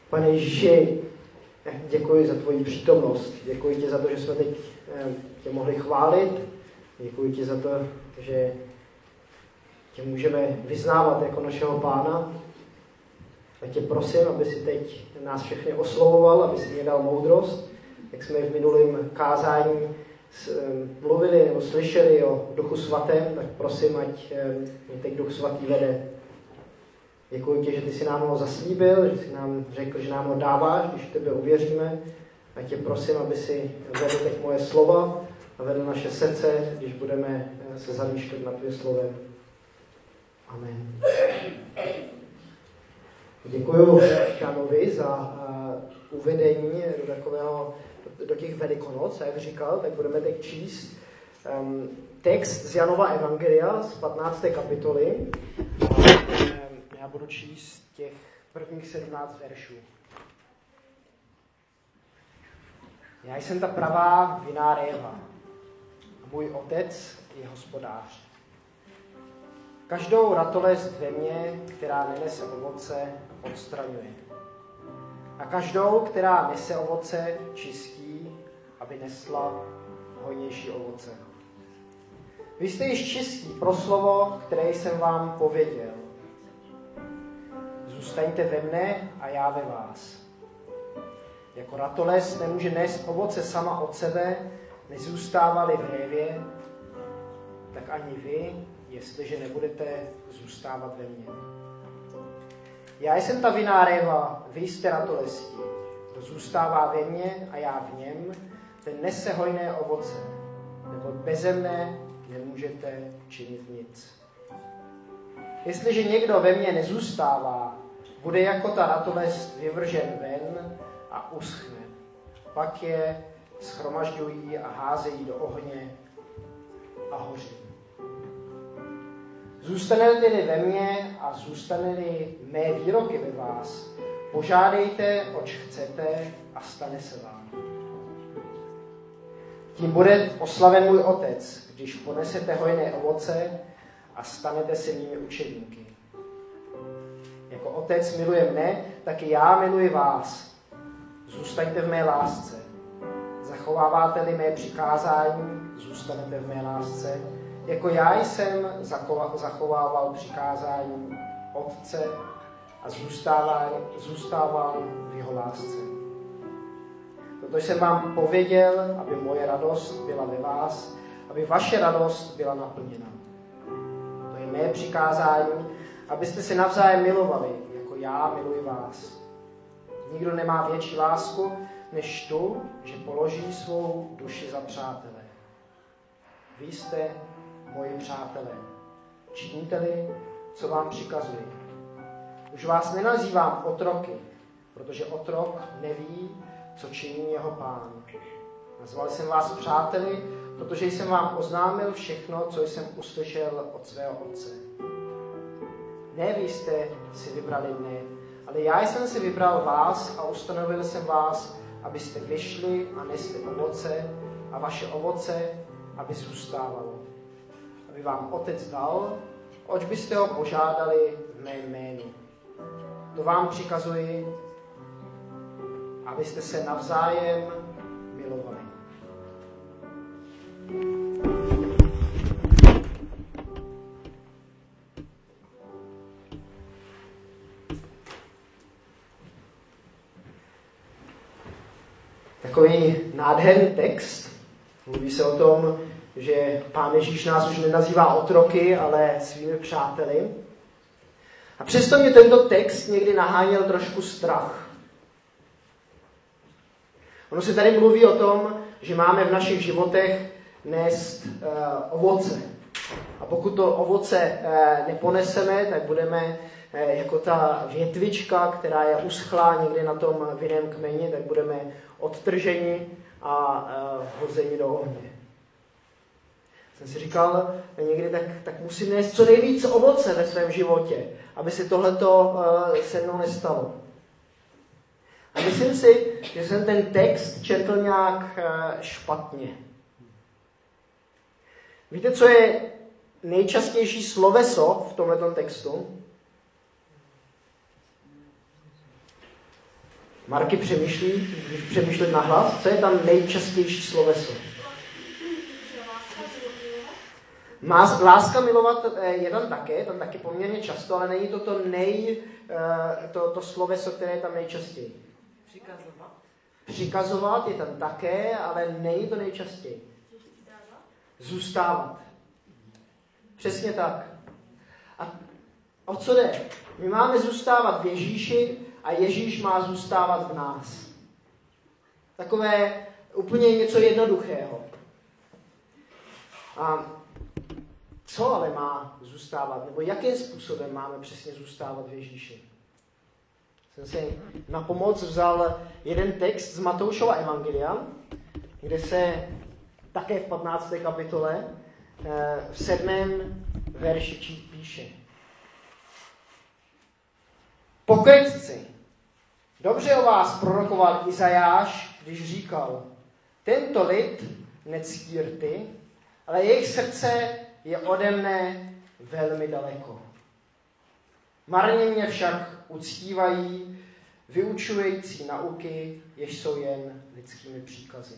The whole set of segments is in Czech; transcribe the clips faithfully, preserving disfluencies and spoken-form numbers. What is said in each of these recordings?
Pane Ježíši, děkuji za tvoji přítomnost. Děkuji ti za to, že jsme teď tě mohli chválit. Děkuji ti za to, že tě můžeme vyznávat jako našeho Pána. A tě prosím, aby si teď nás všechny oslovoval, aby si mě dal moudrost, jak jsme v minulém kázání mluvili nebo slyšeli o Duchu Svatém, tak prosím, ať mě teď Duch Svatý vede. Děkuji ti, že ty jsi nám ho zaslíbil, že jsi nám řekl, že nám ho dáváš, když v tebe uvěříme. A tě prosím, aby si vedl teď moje slova a vedl naše srdce, když budeme se zamýšlet nad tvým slovem. Amen. Děkuji Janovi za uh, uvedení do takového, do, do těch Velikonoc, jak říkal, tak budeme teď číst um, text z Janova Evangelia z patnácté kapitoly. Um, já budu číst těch prvních sedmnáct veršů. Já jsem ta pravá vinná réva a můj otec je hospodář. Každou ratolest ve mně, která nenese ovoce, odstraňuje. A každou, která nese ovoce, čistí, aby nesla hojnější ovoce. Vy jste již čistí pro slovo, které jsem vám pověděl. Zůstaňte ve mne a já ve vás. Jako ratolest nemůže nést ovoce sama od sebe, nezůstávali v révě, tak ani vy, jestliže nebudete zůstávat ve mně. Já jsem ta vinná réva, vy jste ratolesti. Kdo zůstává ve mně a já v něm, ten nese hojné ovoce, nebo beze mne nemůžete činit nic. Jestliže někdo ve mně nezůstává, bude jako ta ratolest vyvržen ven a uschne. Pak je shromažďují a házejí do ohně a hoří. Zůstane-li tedy ve mně a zůstane-li mé výroky ve vás, požádejte, oč chcete a stane se vám. Tím bude oslaven můj otec, když ponesete hojné ovoce a stanete se mými učedníky. Jako otec miluje mne, tak i já miluji vás. Zůstaňte v mé lásce. Zachováváte-li mé přikázání, zůstanete v mé lásce, jako já jsem zachovával přikázání Otce a zůstával, zůstával v jeho lásce. Toto jsem vám pověděl, aby moje radost byla ve vás, aby vaše radost byla naplněna. To je mé přikázání, abyste se navzájem milovali, jako já miluji vás. Nikdo nemá větší lásku, než tu, že položí svou duši za přátele. Vy jste moji přátelé. Činíte-li, co vám přikazuji. Už vás nenazývám otroky, protože otrok neví, co činí jeho pán. Nazval jsem vás přáteli, protože jsem vám oznámil všechno, co jsem uslyšel od svého otce. Ne vy jste si vybrali mne, ale já jsem si vybral vás a ustanovil jsem vás, abyste vyšli a nesli ovoce a vaše ovoce, aby zůstávalo. Aby vám otec dal, oč byste ho požádali v mé jménu. To vám přikazuji, abyste se navzájem milovali. Takový nádherný text. Mluví se o tom, že Pán Ježíš nás už nenazývá otroky, ale svými přáteli. A přesto mě tento text někdy naháněl trošku strach. Ono se tady mluví o tom, že máme v našich životech nést uh, ovoce. A pokud to ovoce uh, neponeseme, tak budeme uh, jako ta větvička, která je uschlá někde na tom vinném kmeni, tak budeme odtrženi a uh, hozeni do ohně. Jsem si říkal někdy, tak, tak musím nést co nejvíc ovoce ve svém životě, aby se tohleto uh, se mnou nestalo. A myslím si, že jsem ten text četl nějak uh, špatně. Víte, co je nejčastější sloveso v tomhletom textu? Marky přemýšlí, když přemýšlet nahlas, co je tam nejčastější sloveso? Má, láska milovat je tam také, tam taky poměrně často, ale není to to, nej, to, to sloveso, které je tam nejčastěji. Přikazovat. Přikazovat je tam také, ale není to nejčastěji. Zůstávat. Přesně tak. A o co jde? My máme zůstávat v Ježíši a Ježíš má zůstávat v nás. Takové úplně něco jednoduchého. A co ale má zůstávat? Nebo jakým způsobem máme přesně zůstávat v Ježíši? Jsem si na pomoc vzal jeden text z Matoušova evangelia, kde se také v patnácté kapitole v sedmém verši píše. Pokrytci, dobře o vás prorokoval Izajáš, když říkal, tento lid nectí rty, ale jejich srdce je ode mne velmi daleko. Marně mě však uctívají, vyučující nauky, jež jsou jen lidskými příkazy.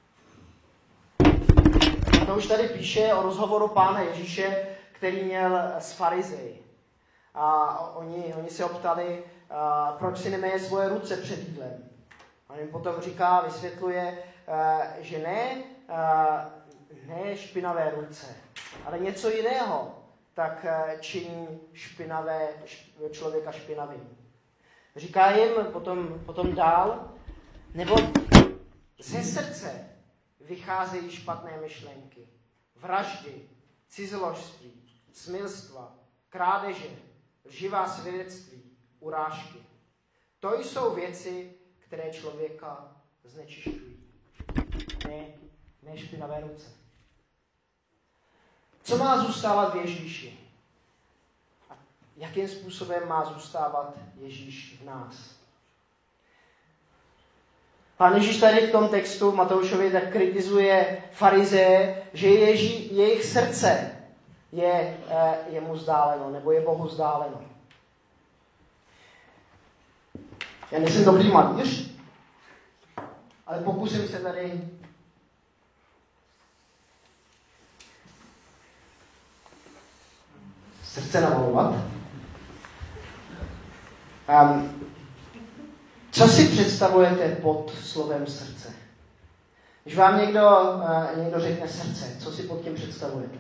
To už tady píše o rozhovoru Pána Ježíše, který měl s farizeji. A oni, oni se ho ptali, a, proč si nemeje svoje ruce před jídlem. A on jim potom říká, vysvětluje, a, že ne, a, ne špinavé ruce, ale něco jiného, tak činí špinavé, člověka špinavým. Říká jim potom, potom dál, nebo ze srdce vycházejí špatné myšlenky, vraždy, cizoložství, smilstva, krádeže, lživá svědectví, urážky. To jsou věci, které člověka znečišťují. Ne, ne špinavé ruce. Co má zůstávat v Ježíši? A jakým způsobem má zůstávat Ježíš v nás? Pán Ježíš tady v tom textu v Matoušovi tak kritizuje farizeje, že Ježí, jejich srdce je, je mu vzdáleno, nebo je Bohu vzdáleno. Já nejsem dobrý malíř, ale pokusím se tady srdce namalovat. Um, co si představujete pod slovem srdce? Když vám někdo, uh, někdo řekne srdce, co si pod tím představujete?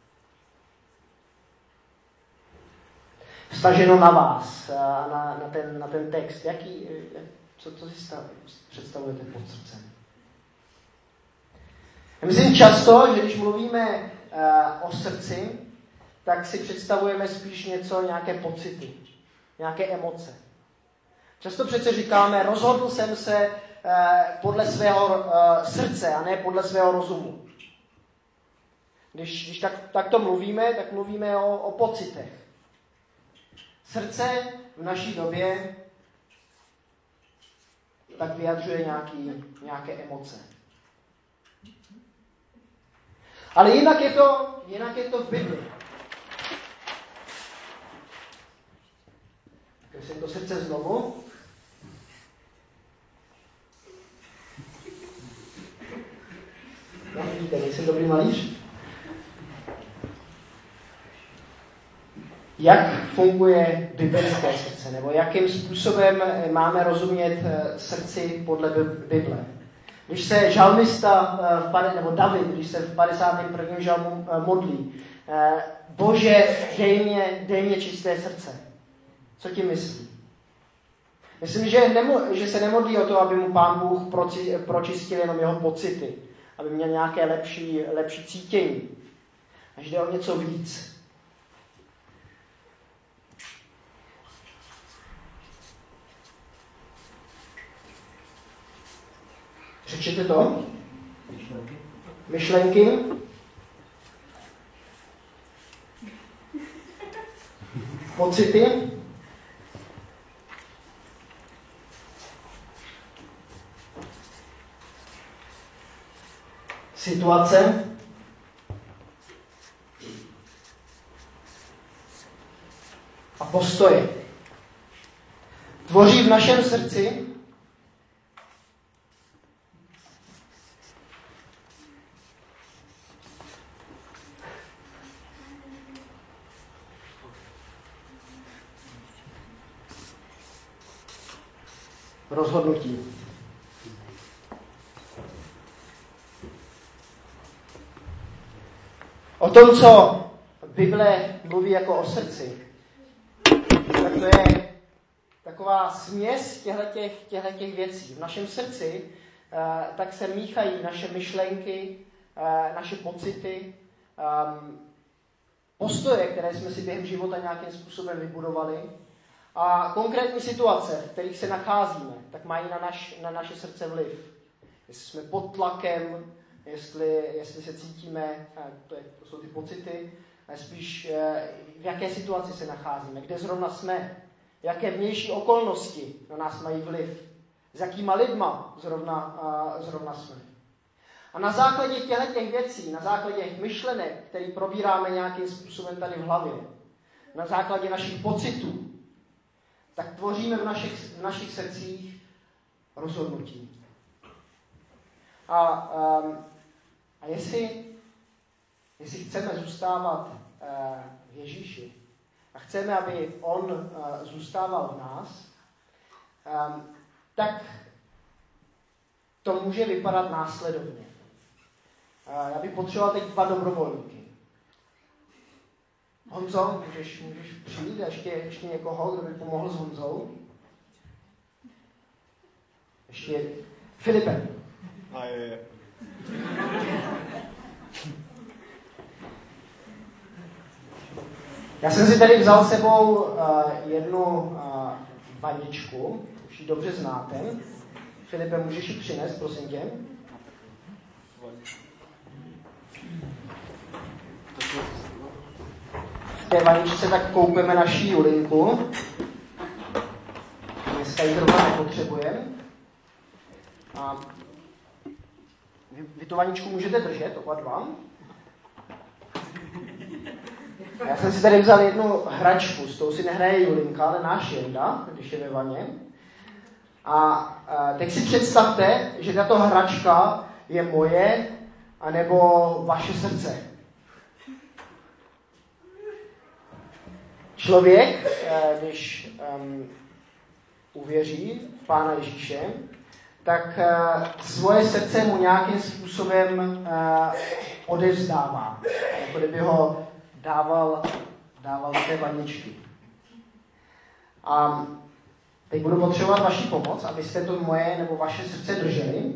Vstaženo na vás, uh, na, na, ten, na ten text. Jaký, co, co si stav, představujete pod srdcem? Já myslím často, že když mluvíme uh, o srdci, tak si představujeme spíš něco, nějaké pocity, nějaké emoce. Často přece říkáme, rozhodl jsem se eh, podle svého eh, srdce a ne podle svého rozumu. Když, když tak, tak to mluvíme, tak mluvíme o, o pocitech. Srdce v naší době tak vyjadřuje nějaký, nějaké emoce. Ale jinak je to, jinak je to v Bibli. Když jsem to srdce znovu. No, vidíte, nejsem dobrý malíř. Jak funguje biblické srdce, nebo jakým způsobem máme rozumět srdci podle Bible. Když se žalmista, nebo David, když se v padesátém prvním žalmu modlí, Bože, dej mě, dej mě čisté srdce. Co tím myslí? Myslím, že, nemo, že se nemodlí o to, aby mu Pán Bůh proči, pročistil jenom jeho pocity, aby měl nějaké lepší, lepší cítění. Až jde o něco víc. Přečtěte to? Myšlenky. Myšlenky. Pocity. Situace. A postoje. Tvoří v našem srdci rozhodnutí. O tom, co Bible mluví jako o srdci, tak to je taková směs těchto věcí. V našem srdci uh, tak se míchají naše myšlenky, uh, naše pocity, um, postoje, které jsme si během života nějakým způsobem vybudovali a konkrétní situace, v kterých se nacházíme, tak mají na, naš, na naše srdce vliv. Jestli jsme pod tlakem, jestli, jestli se cítíme, to, je, to jsou ty pocity, spíš v jaké situaci se nacházíme, kde zrovna jsme, jaké vnější okolnosti na nás mají vliv, s jakýma lidma zrovna, zrovna jsme. A na základě těchto věcí, na základě myšlenek, které probíráme nějakým způsobem tady v hlavě, na základě našich pocitů, tak tvoříme v našich, v našich srdcích rozhodnutí. A, um, a jestli, jestli chceme zůstávat uh, v Ježíši a chceme, aby on uh, zůstával v nás, um, tak to může vypadat následovně. Uh, já bych potřeboval teď dva dobrovolníky. Honzo, můžeš, můžeš přijít a ještě, ještě někoho, kdo by pomohl s Honzou? Ještě Filipe. A je, je. Já jsem si tady vzal sebou uh, jednu uh, vaničku, už ji dobře znáte. Filipe, můžeš ji přinést, prosím tě? V té vaničce tak koupíme naší Julinku. Dneska ji zrovna nepotřebujeme. A vy, vy tu vaničku můžete držet, oba dva. Já jsem si tady vzal jednu hračku, s tou si nehraje Julinka, ale náš Jenda, když je ve vaně. A, a teď si představte, že tato hračka je moje, anebo vaše srdce. Člověk, když um, uvěří v Pána Ježíše, tak uh, svoje srdce mu nějakým způsobem uh, odevzdává. Jako kdyby ho dával, dával do té vaničky. A teď budu potřebovat vaši pomoc, abyste to moje nebo vaše srdce drželi.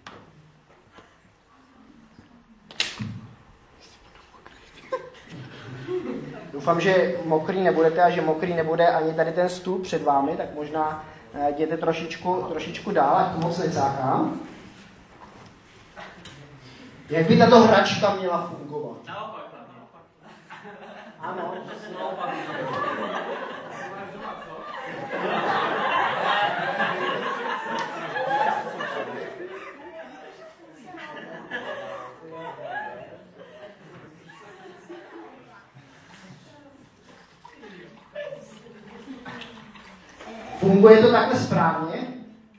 Doufám, že mokrý nebudete a že mokrý nebude ani tady ten stůl před vámi, tak možná jděte trošičku, trošičku dál, ať to moc necákám. Jak by tato hračka měla fungovat? Naopak, naopak. Ano. Naopak. Funguje to takhle správně?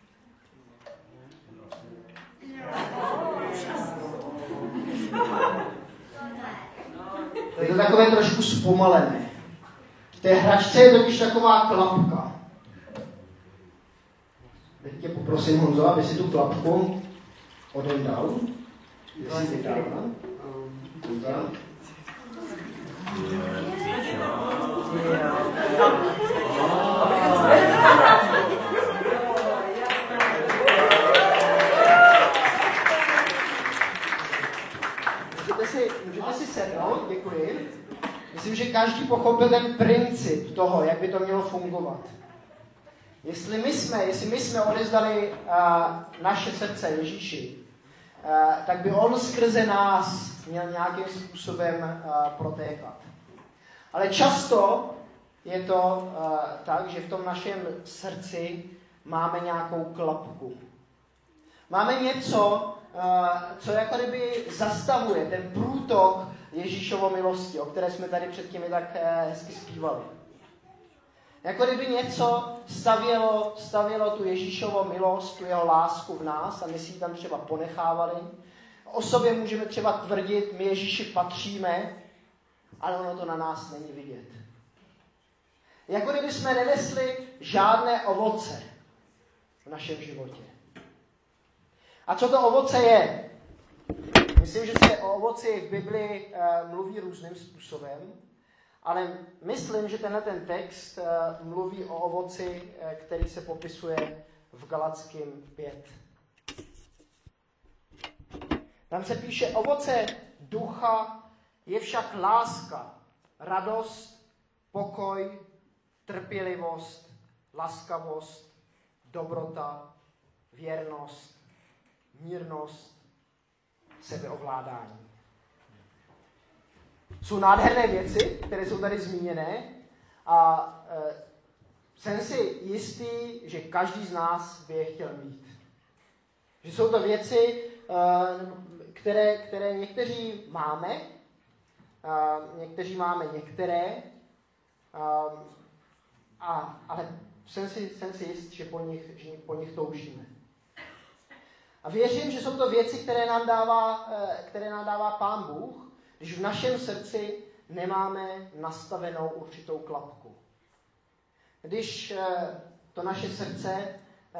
Je to takové trošku zpomalené. V té hračce je totiž taková klapka. Teď tě poprosím, Honzo, aby si tu klapku odendal. Jestli si dál. Můžete si, můžete si sednout, děkuji. Myslím, že každý pochopil ten princip toho, jak by to mělo fungovat. Jestli my jsme, jestli my jsme odevzdali uh, naše srdce Ježíši, uh, tak by on skrze nás měl nějakým způsobem uh, protékat. Ale často je to uh, tak, že v tom našem srdci máme nějakou klapku. Máme něco, uh, co jako kdyby zastavuje ten průtok Ježíšovo milosti, o které jsme tady předtím i tak uh, hezky zpívali. Jako kdyby něco stavělo, stavělo tu Ježíšovo milost, tu jeho lásku v nás a my si ji tam třeba ponechávali. O sobě můžeme třeba tvrdit, my Ježíši patříme, ale ono to na nás není vidět. Jako kdyby jsme nenesli žádné ovoce. v našem životě. A co to ovoce je? Myslím, že se o ovoci v Biblii uh, mluví různým způsobem, ale myslím, že tenhle ten text uh, mluví o ovoci, uh, který se popisuje v Galatským pět. Tam se píše, ovoce ducha je však láska, radost, pokoj, trpělivost, laskavost, dobrota, věrnost, mírnost, sebeovládání. Jsou nádherné věci, které jsou tady zmíněné a e, jsem si jistý, že každý z nás by je chtěl mít. Že jsou to věci, e, které, které někteří máme, e, někteří máme některé, e, a, ale jsem si, jsem si jist, že po nich, že po nich toužíme. A věřím, že jsou to věci, které nám dává, které nám dává Pán Bůh, když v našem srdci nemáme nastavenou určitou klapku. Když to naše srdce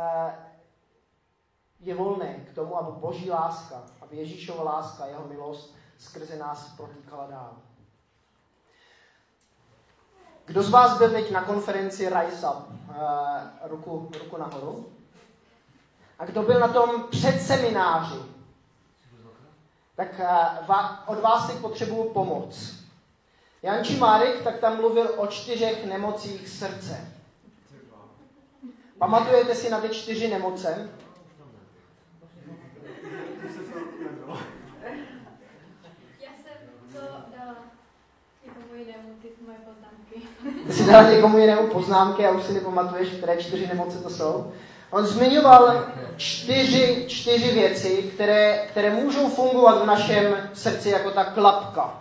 je volné k tomu, aby Boží láska, aby Ježíšova láska, jeho milost skrze nás protýkala dál. Kdo z vás byl teď na konferenci Rise Up? Ruku, ruku nahoru. A kdo byl na tom předsemináři, tak od vás teď potřebuju pomoc. Janči Marek tak tam mluvil o čtyřech nemocích srdce. Pamatujete si na ty čtyři nemoce? Já jsem to dala někomu jinému, ty moje poznámky. Ty jsi dala někomu jinému poznámky a už si nepamatuješ, které čtyři nemoce to jsou? On zmiňoval čtyři, čtyři věci, které, které můžou fungovat v našem srdci jako ta klapka.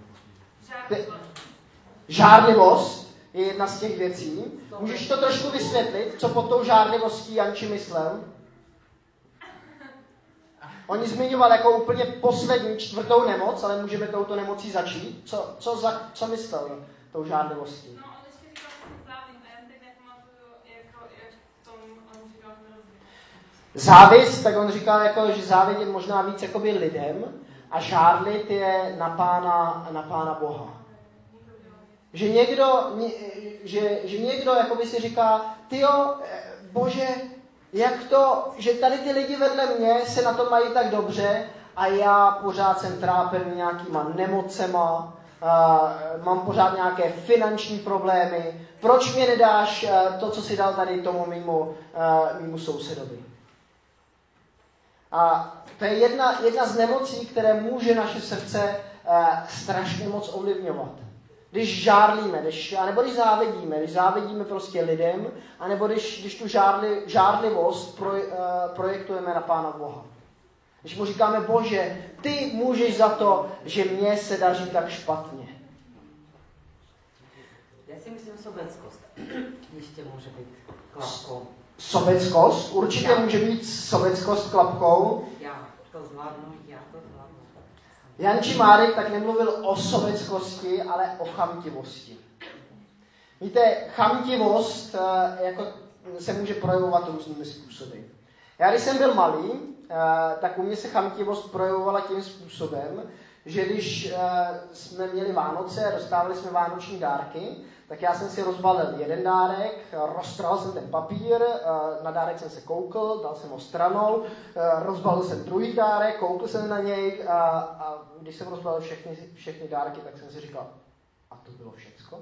Žárlivost je jedna z těch věcí. Můžeš to trošku vysvětlit, co pod tou žárlivostí Janči myslel? Oni zmiňoval jako úplně poslední, čtvrtou nemoc, ale můžeme touto nemocí začít. Co, co, za, co myslel tou žárlivostí? No, on ještě říkal, že jsem závím, a já si teď nepamatuju, jako, jak v tom on říkal, že nerozumím. Závist, tak on říkal, jako, že závidět možná víc jakoby lidem a žárlit je na pána, na pána Boha. Že někdo, že, že někdo jakoby si říká, tyjo, Bože, jak to, že tady ty lidi vedle mě se na to mají tak dobře a já pořád jsem trápen nějakýma nemocema, uh, mám pořád nějaké finanční problémy, proč mě nedáš uh, to, co si dal tady tomu mimo, uh, mimo sousedovi. A to je jedna, jedna z nemocí, které může naše srdce uh, strašně moc ovlivňovat. Když žárlíme, když, anebo když závidíme, když závidíme prostě lidem, anebo když, když tu žárli, žárlivost pro, uh, projektujeme na Pána Boha. Když mu říkáme, Bože, ty můžeš za to, že mně se daří tak špatně. Já si myslím sobeckost. Ještě může být klapkou. Sobeckost? Určitě já. Může být sobeckost klapkou. Já to zvládnu, já to zvládnu. Janči Marek tak nemluvil o sobeckosti, ale o chamtivosti. Víte, chamtivost jako, se může projevovat různými způsoby. Já když jsem byl malý, tak u mě se chamtivost projevovala tím způsobem, že když jsme měli Vánoce a dostávali jsme vánoční dárky, tak já jsem si rozbalil jeden dárek, roztrhal jsem ten papír, na dárek jsem se koukl, dal jsem ho stranou, rozbalil jsem druhý dárek, koukl jsem na něj a, a když jsem rozbalil všechny, všechny dárky, tak jsem si říkal, a to bylo všecko?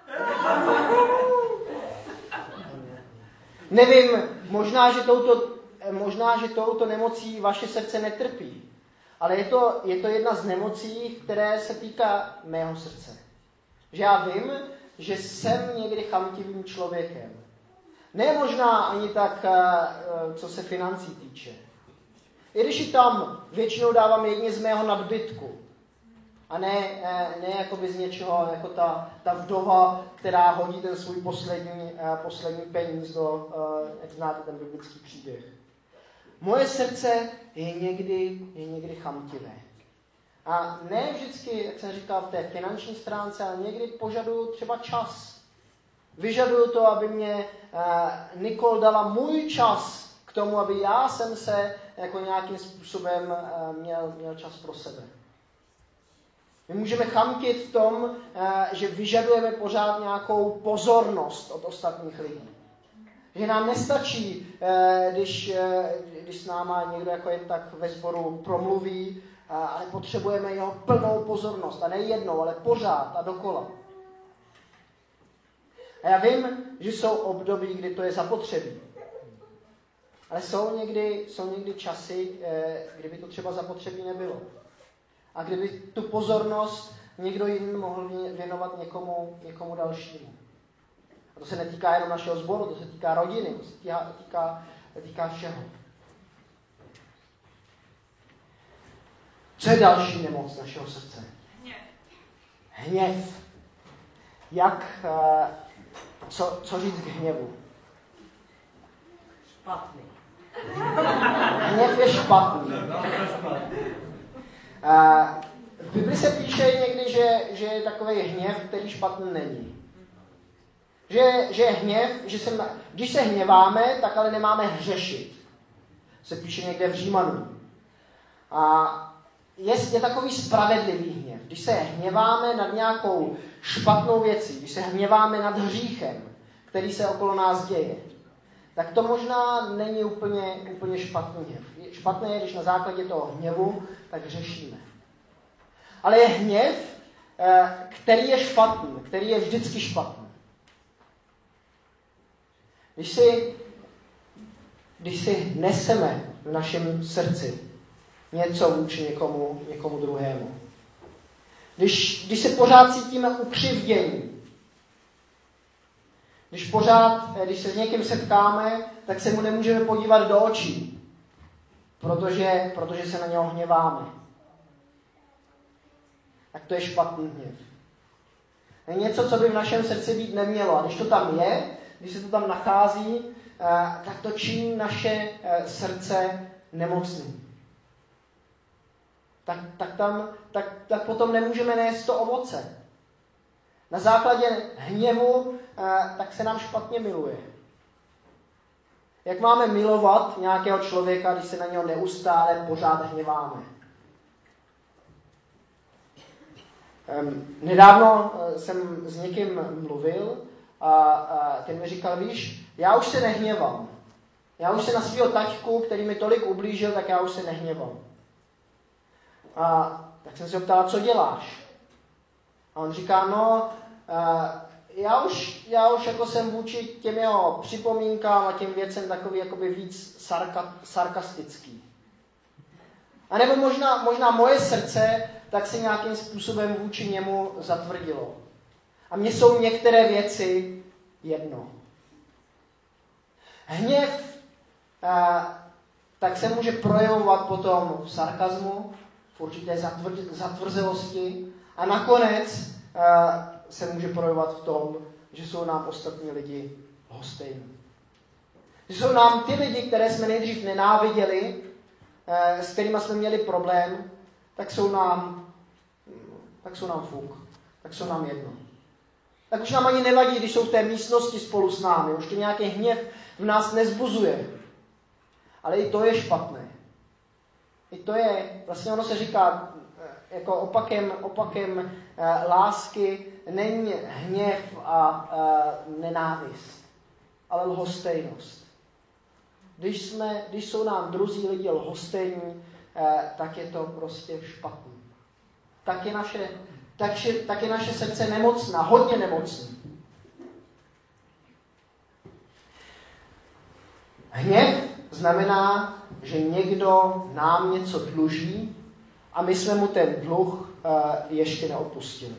Nevím, možná, že touto, možná, že touto nemocí vaše srdce netrpí, ale je to, je to jedna z nemocí, které se týká mého srdce. Že já vím, že jsem někdy chamtivým člověkem. Ne možná ani tak, co se financí týče. I když i tam většinou dávám jedně z mého nadbytku. A ne, ne jakoby z něčeho, jako ta, ta vdova, která hodí ten svůj poslední, poslední peníz do, jak znáte ten biblický příběh. Moje srdce je někdy, je někdy chamtivé. A ne vždycky, jak jsem říkal, v té finanční stránce, ale někdy požaduju třeba čas. Vyžaduju to, aby mě uh, Nikol dala můj čas tomu, aby já jsem se jako nějakým způsobem měl, měl čas pro sebe. My můžeme chamtit v tom, že vyžadujeme pořád nějakou pozornost od ostatních lidí. Že nám nestačí, když, když s náma někdo jako jen tak ve sboru promluví, ale potřebujeme jeho plnou pozornost. A ne jednou, ale pořád a dokola. A já vím, že jsou období, kdy to je zapotřebí. Ale jsou někdy, jsou někdy časy, kdyby to třeba zapotřebí nebylo. A kdyby tu pozornost někdo jiný mohl věnovat někomu, někomu dalšímu. A to se netýká jenom našeho sboru, to se týká rodiny, to se týká, týká, týká všeho. Co je další nemoc našeho srdce? Hněv. Hněv. Jak, co, co říct k hněvu? Špatný. Hněv je špatný. V Bibli se píše někdy, že, že je takový hněv, který špatný není. Že, že je hněv, že se, když se hněváme, tak ale nemáme hřešit. Se píše někde v Římanům. A je, je takový spravedlivý hněv. Když se hněváme nad nějakou špatnou věcí, když se hněváme nad hříchem, který se okolo nás děje, tak to možná není úplně, úplně špatný hněv. Špatné je, když na základě toho hněvu tak hřešíme. Ale je hněv, který je špatný, který je vždycky špatný. Když si, když si neseme v našem srdci něco vůči někomu, někomu druhému. Když, když se pořád cítíme ukřivdění, když pořád, když se s někým setkáme, tak se mu nemůžeme podívat do očí, protože, protože se na něho hněváme. Tak to je špatný hněv. Je něco, co by v našem srdci být nemělo. A když to tam je, když se to tam nachází, tak to činí naše srdce nemocný. Tak, tak, tam, tak, tak potom nemůžeme nést to ovoce. Na základě hněvu tak se nám špatně miluje. Jak máme milovat nějakého člověka, když se na něho neustále pořád hněváme? Um, nedávno jsem s někým mluvil a, a ten mi říkal, víš, já už se nehněvám. Já už se na svého taťku, který mi tolik ublížil, tak já už se nehněvám. A tak jsem se ho ptal, co děláš? A on říká, no, já už, já už jako jsem vůči těm jeho připomínkám a těm věcem takový jakoby víc sarka, sarkastický. A nebo možná, možná moje srdce tak se nějakým způsobem vůči němu zatvrdilo. A mně jsou některé věci jedno. Hněv tak se může projevovat potom v sarkazmu, v určité zatvr, zatvrzelosti a nakonec se může projevovat v tom, že jsou nám ostatní lidi lhostejní. Že jsou nám ty lidi, které jsme nejdřív nenáviděli, s kterými jsme měli problém, tak jsou nám, tak jsou nám fuk, tak jsou nám jedno. Tak už nám ani nevadí, když jsou v té místnosti spolu s námi, už to nějaký hněv v nás nezbuzuje. Ale i to je špatné. I to je, vlastně ono se říká, jako opakem, opakem eh, lásky není hněv a eh, nenávist, ale lhostejnost. Když, jsme, když jsou nám druzí lidi lhostejní, eh, tak je to prostě špatný. Tak je naše, tak je, tak je naše srdce nemocná, hodně nemocný. Hněv znamená, že někdo nám něco dluží a my jsme mu ten dluh uh, ještě neodpustili.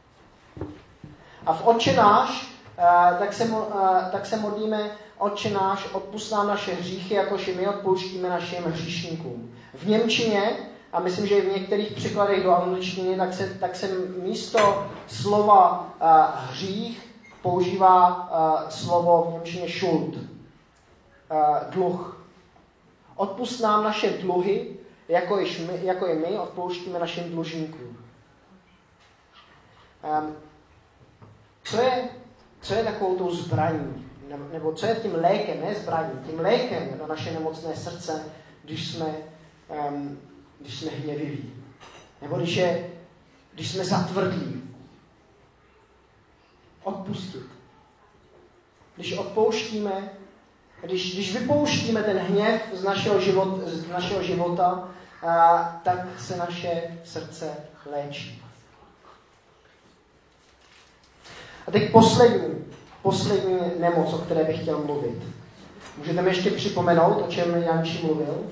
A v Otče náš, uh, tak, se, uh, tak se modlíme, Otče náš, odpusť nám naše hříchy, jakož i my odpouštíme našim hříšníkům. V němčině, a myslím, že i v některých překladech do angličtiny, tak se, tak se místo slova uh, hřích používá uh, slovo v němčině Schuld. Uh, dluh. Odpusť nám naše dluhy, jako, iž my, jako i my odpouštíme našim dlužníkům. Um, co, je, co je takovou tou zbraní nebo co je tím lékem, ne zbraní, tím lékem na naše nemocné srdce, když jsme, um, když jsme hněviví. Nebo když, je, když jsme zatvrdlí. Odpustit. Když odpouštíme, když, když vypouštíme ten hněv z našeho, život, z našeho života, a, tak se naše srdce léčí. A teď poslední, poslední nemoc, o které bych chtěl mluvit. Můžete mi ještě připomenout, o čem Janči mluvil?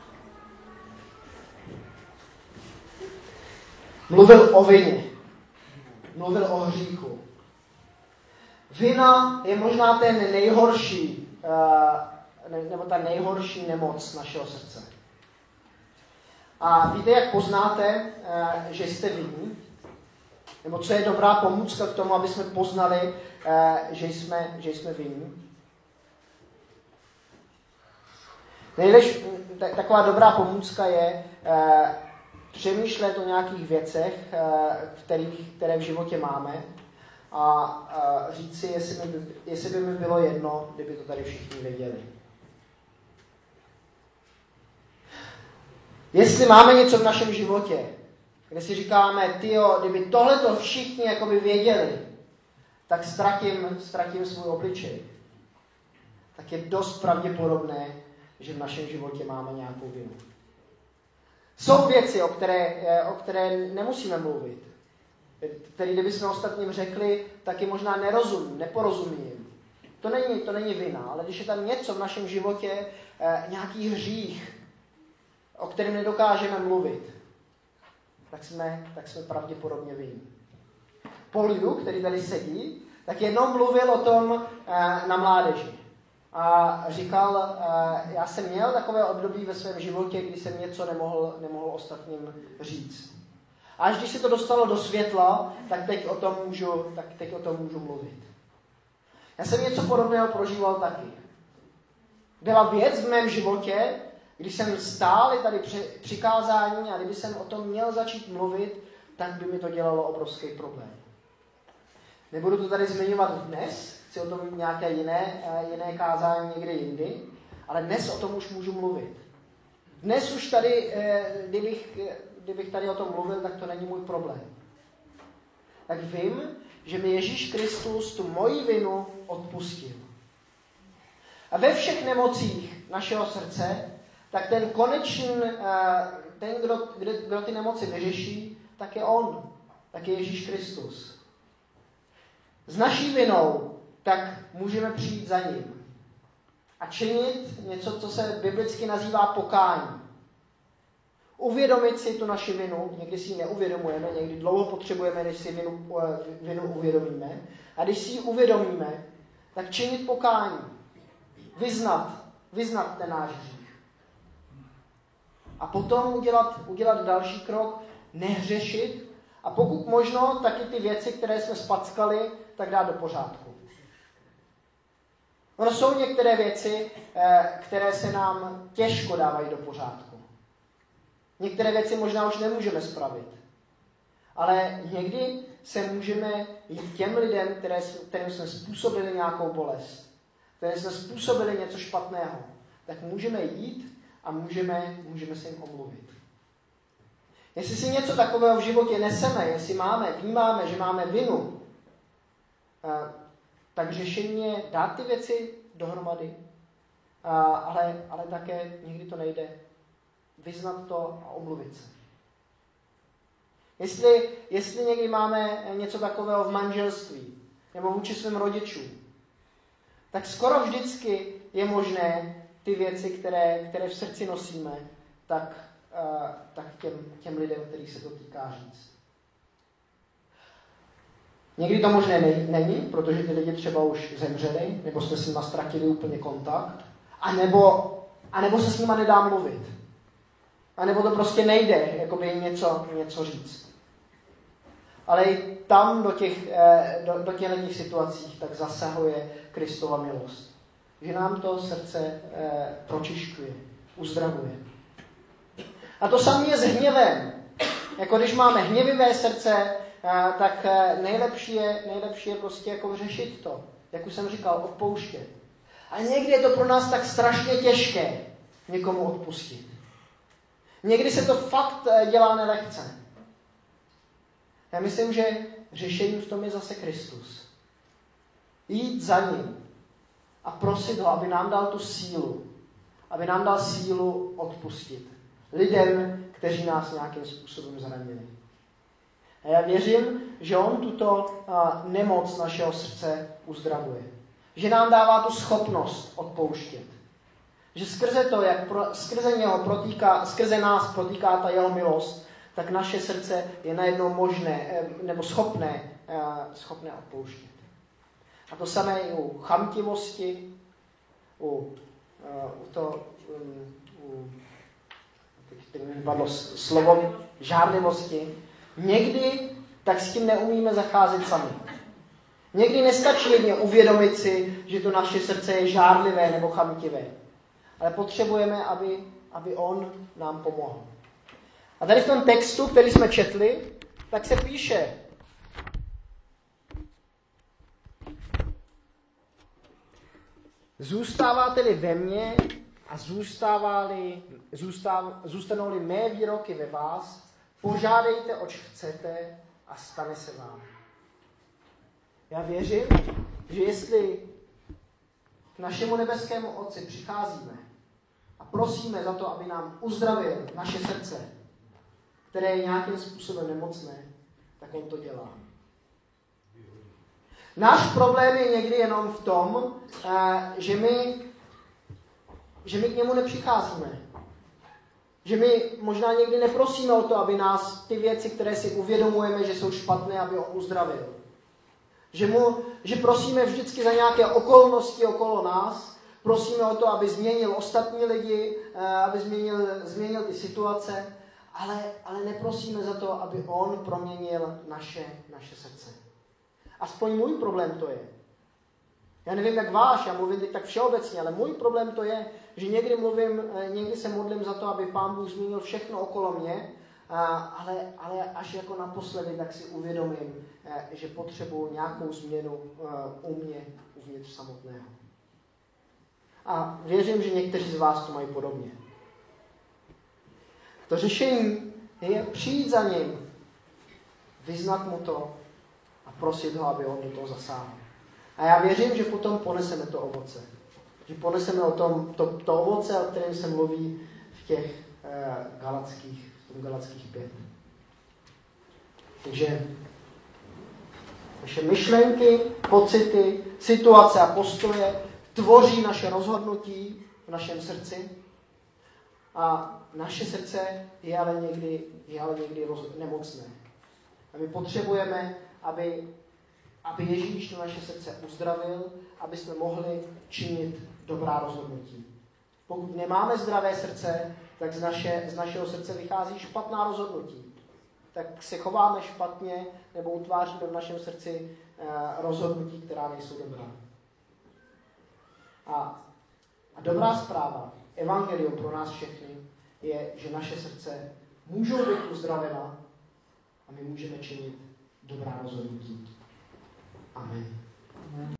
Mluvil o vině. Mluvil o hříchu. Vina je možná ten nejhorší, nebo ta nejhorší nemoc našeho srdce. A víte, jak poznáte, že jste vinní? Nebo co je dobrá pomůcka k tomu, aby jsme poznali, že jsme, že jsme vinní? Nejlež, taková dobrá pomůcka je přemýšlet o nějakých věcech, kterých, které v životě máme, a říct si, jestli, mi, jestli by mi bylo jedno, kdyby to tady všichni věděli. Jestli máme něco v našem životě, kde si říkáme, tyjo, kdyby tohleto všichni jakoby věděli, tak ztratím, ztratím svůj obličej. Tak je dost pravděpodobné, že v našem životě máme nějakou vinu. Jsou věci, o které, o které nemusíme mluvit. Který kdybychom ostatním řekli, tak je možná nerozumím, neporozumím. To není, to není vina, ale když je tam něco v našem životě, eh, nějaký hřích, o kterém nedokážeme mluvit, tak jsme, tak jsme pravděpodobně vinní. Poliu, který tady sedí, tak jednou mluvil o tom eh, na mládeži. A říkal, eh, já jsem měl takové období ve svém životě, kdy jsem něco nemohl, nemohl ostatním říct. A až když se to dostalo do světla, tak teď o tom můžu, tak teď o tom můžu mluvit. Já jsem něco podobného prožíval taky. Byla věc v mém životě, když jsem stál tady při, přikázání a kdyby jsem o tom měl začít mluvit, tak by mi to dělalo obrovský problém. Nebudu to tady zmiňovat dnes, chci o tom mít nějaké jiné, jiné kázání někde jindy, ale dnes o tom už můžu mluvit. Dnes už tady, kdybych... Kdybych tady o tom mluvil, tak to není můj problém. Tak vím, že mi Ježíš Kristus tu moji vinu odpustil. A ve všech nemocích našeho srdce, tak ten konečný, ten, kdo, kdo, kdo ty nemoci vyřeší, tak je on, tak je Ježíš Kristus. S naší vinou tak můžeme přijít za ním a činit něco, co se biblicky nazývá pokání. Uvědomit si tu naši vinu, někdy si ji neuvědomujeme, někdy dlouho potřebujeme, než si vinu, vinu uvědomíme. A když si ji uvědomíme, tak činit pokání, vyznat, vyznat ten náš hřích. A potom udělat, udělat další krok, nehřešit a pokud možno, taky ty věci, které jsme spackali, tak dát do pořádku. Ono jsou některé věci, které se nám těžko dávají do pořádku. Některé věci možná už nemůžeme spravit. Ale někdy se můžeme jít těm lidem, které, kterým jsme způsobili nějakou bolest, které jsme způsobili něco špatného, tak můžeme jít a můžeme, můžeme se jim omluvit. Jestli si něco takového v životě neseme, jestli máme, vnímáme, že máme vinu, tak řešení je dát ty věci dohromady, ale, ale také někdy to nejde. Vyznat to a omluvit se. Jestli, jestli někdy máme něco takového v manželství nebo vůči svým rodičům, tak skoro vždycky je možné ty věci, které, které v srdci nosíme, tak, uh, tak těm, těm lidem, kterých se to týká, říct. Někdy to možné není, protože ty lidi třeba už zemřeli, nebo jsme s nima ztratili úplně kontakt, anebo, anebo se s nima nedá mluvit. A nebo to prostě nejde, jakoby něco, něco říct. Ale i tam do těch, do, do těch situacích tak zasahuje Kristova milost. Že nám to srdce eh, pročišťuje, uzdravuje. A to samé je s hněvem. Jako když máme hněvivé srdce, eh, tak nejlepší je, nejlepší je prostě jako řešit to. jak už jsem říkal, odpouštět. A někdy je to pro nás tak strašně těžké někomu odpustit. Někdy se to fakt dělá nelehce. Já myslím, že řešení v tom je zase Kristus. Jít za ním a prosit ho, aby nám dal tu sílu. Aby nám dal sílu odpustit lidem, kteří nás nějakým způsobem zranili. A já věřím, že on tuto uh, nemoc našeho srdce uzdravuje. Že nám dává tu schopnost odpouštět. Že skrze to, jak pro, skrze něho protýká, skrze nás protýká ta jeho milost, tak naše srdce je najednou možné, nebo schopné, schopné odpouštět. A to samé i u chamtivosti, u, u to, u, teď mi vypadlo slovo, žárlivosti. Někdy tak s tím neumíme zacházet sami. Někdy nestačí jedně uvědomit si, že to naše srdce je žárlivé nebo chamtivé. Ale potřebujeme, aby, aby on nám pomohl. A tady v tom textu, který jsme četli, tak se píše: zůstáváte-li ve mně a zůstává-li, zůstav, zůstanou-li mé výroky ve vás, požádejte, oč chcete a stane se vám. Já věřím, že jestli k našemu nebeskému Otci přicházíme a prosíme za to, aby nám uzdravil naše srdce, které je nějakým způsobem nemocné, tak on to dělá. Náš problém je někdy jenom v tom, že my, že my k němu nepřicházíme. Že my možná někdy neprosíme o to, aby nás ty věci, které si uvědomujeme, že jsou špatné, aby on uzdravil. Že, mu, že prosíme vždycky za nějaké okolnosti okolo nás, prosíme o to, aby změnil ostatní lidi, aby změnil, změnil ty situace, ale, ale neprosíme za to, aby on proměnil naše, naše srdce. Aspoň můj problém to je. Já nevím, jak váš, já mluvím teď tak všeobecně, ale můj problém to je, že někdy mluvím, někdy se modlím za to, aby Pán Bůh změnil všechno okolo mě, ale, ale až jako naposledy, tak si uvědomím, že potřebuji nějakou změnu u mě, uvnitř samotného. A věřím, že někteří z vás to mají podobně. To řešení je přijít za ním, vyznat mu to a prosit ho, aby on do toho zasáhl. A já věřím, že potom poneseme to ovoce. Že poneseme o tom, to, to ovoce, o kterém se mluví v těch eh, galackých, v tom galackých pět. Takže naše myšlenky, pocity, situace a postoje tvoří naše rozhodnutí v našem srdci. A naše srdce je ale někdy, je ale někdy roz, nemocné. A my potřebujeme, aby, aby Ježíš to naše srdce uzdravil, aby jsme mohli činit dobrá rozhodnutí. Pokud nemáme zdravé srdce, tak z, naše, z našeho srdce vychází špatná rozhodnutí. Tak se chováme špatně nebo utváříme v našem srdci eh, rozhodnutí, která nejsou dobrá. A, a dobrá zpráva, evangelium pro nás všechny, je, že naše srdce můžou být uzdravena a my můžeme činit dobrá rozhodnutí. Amen.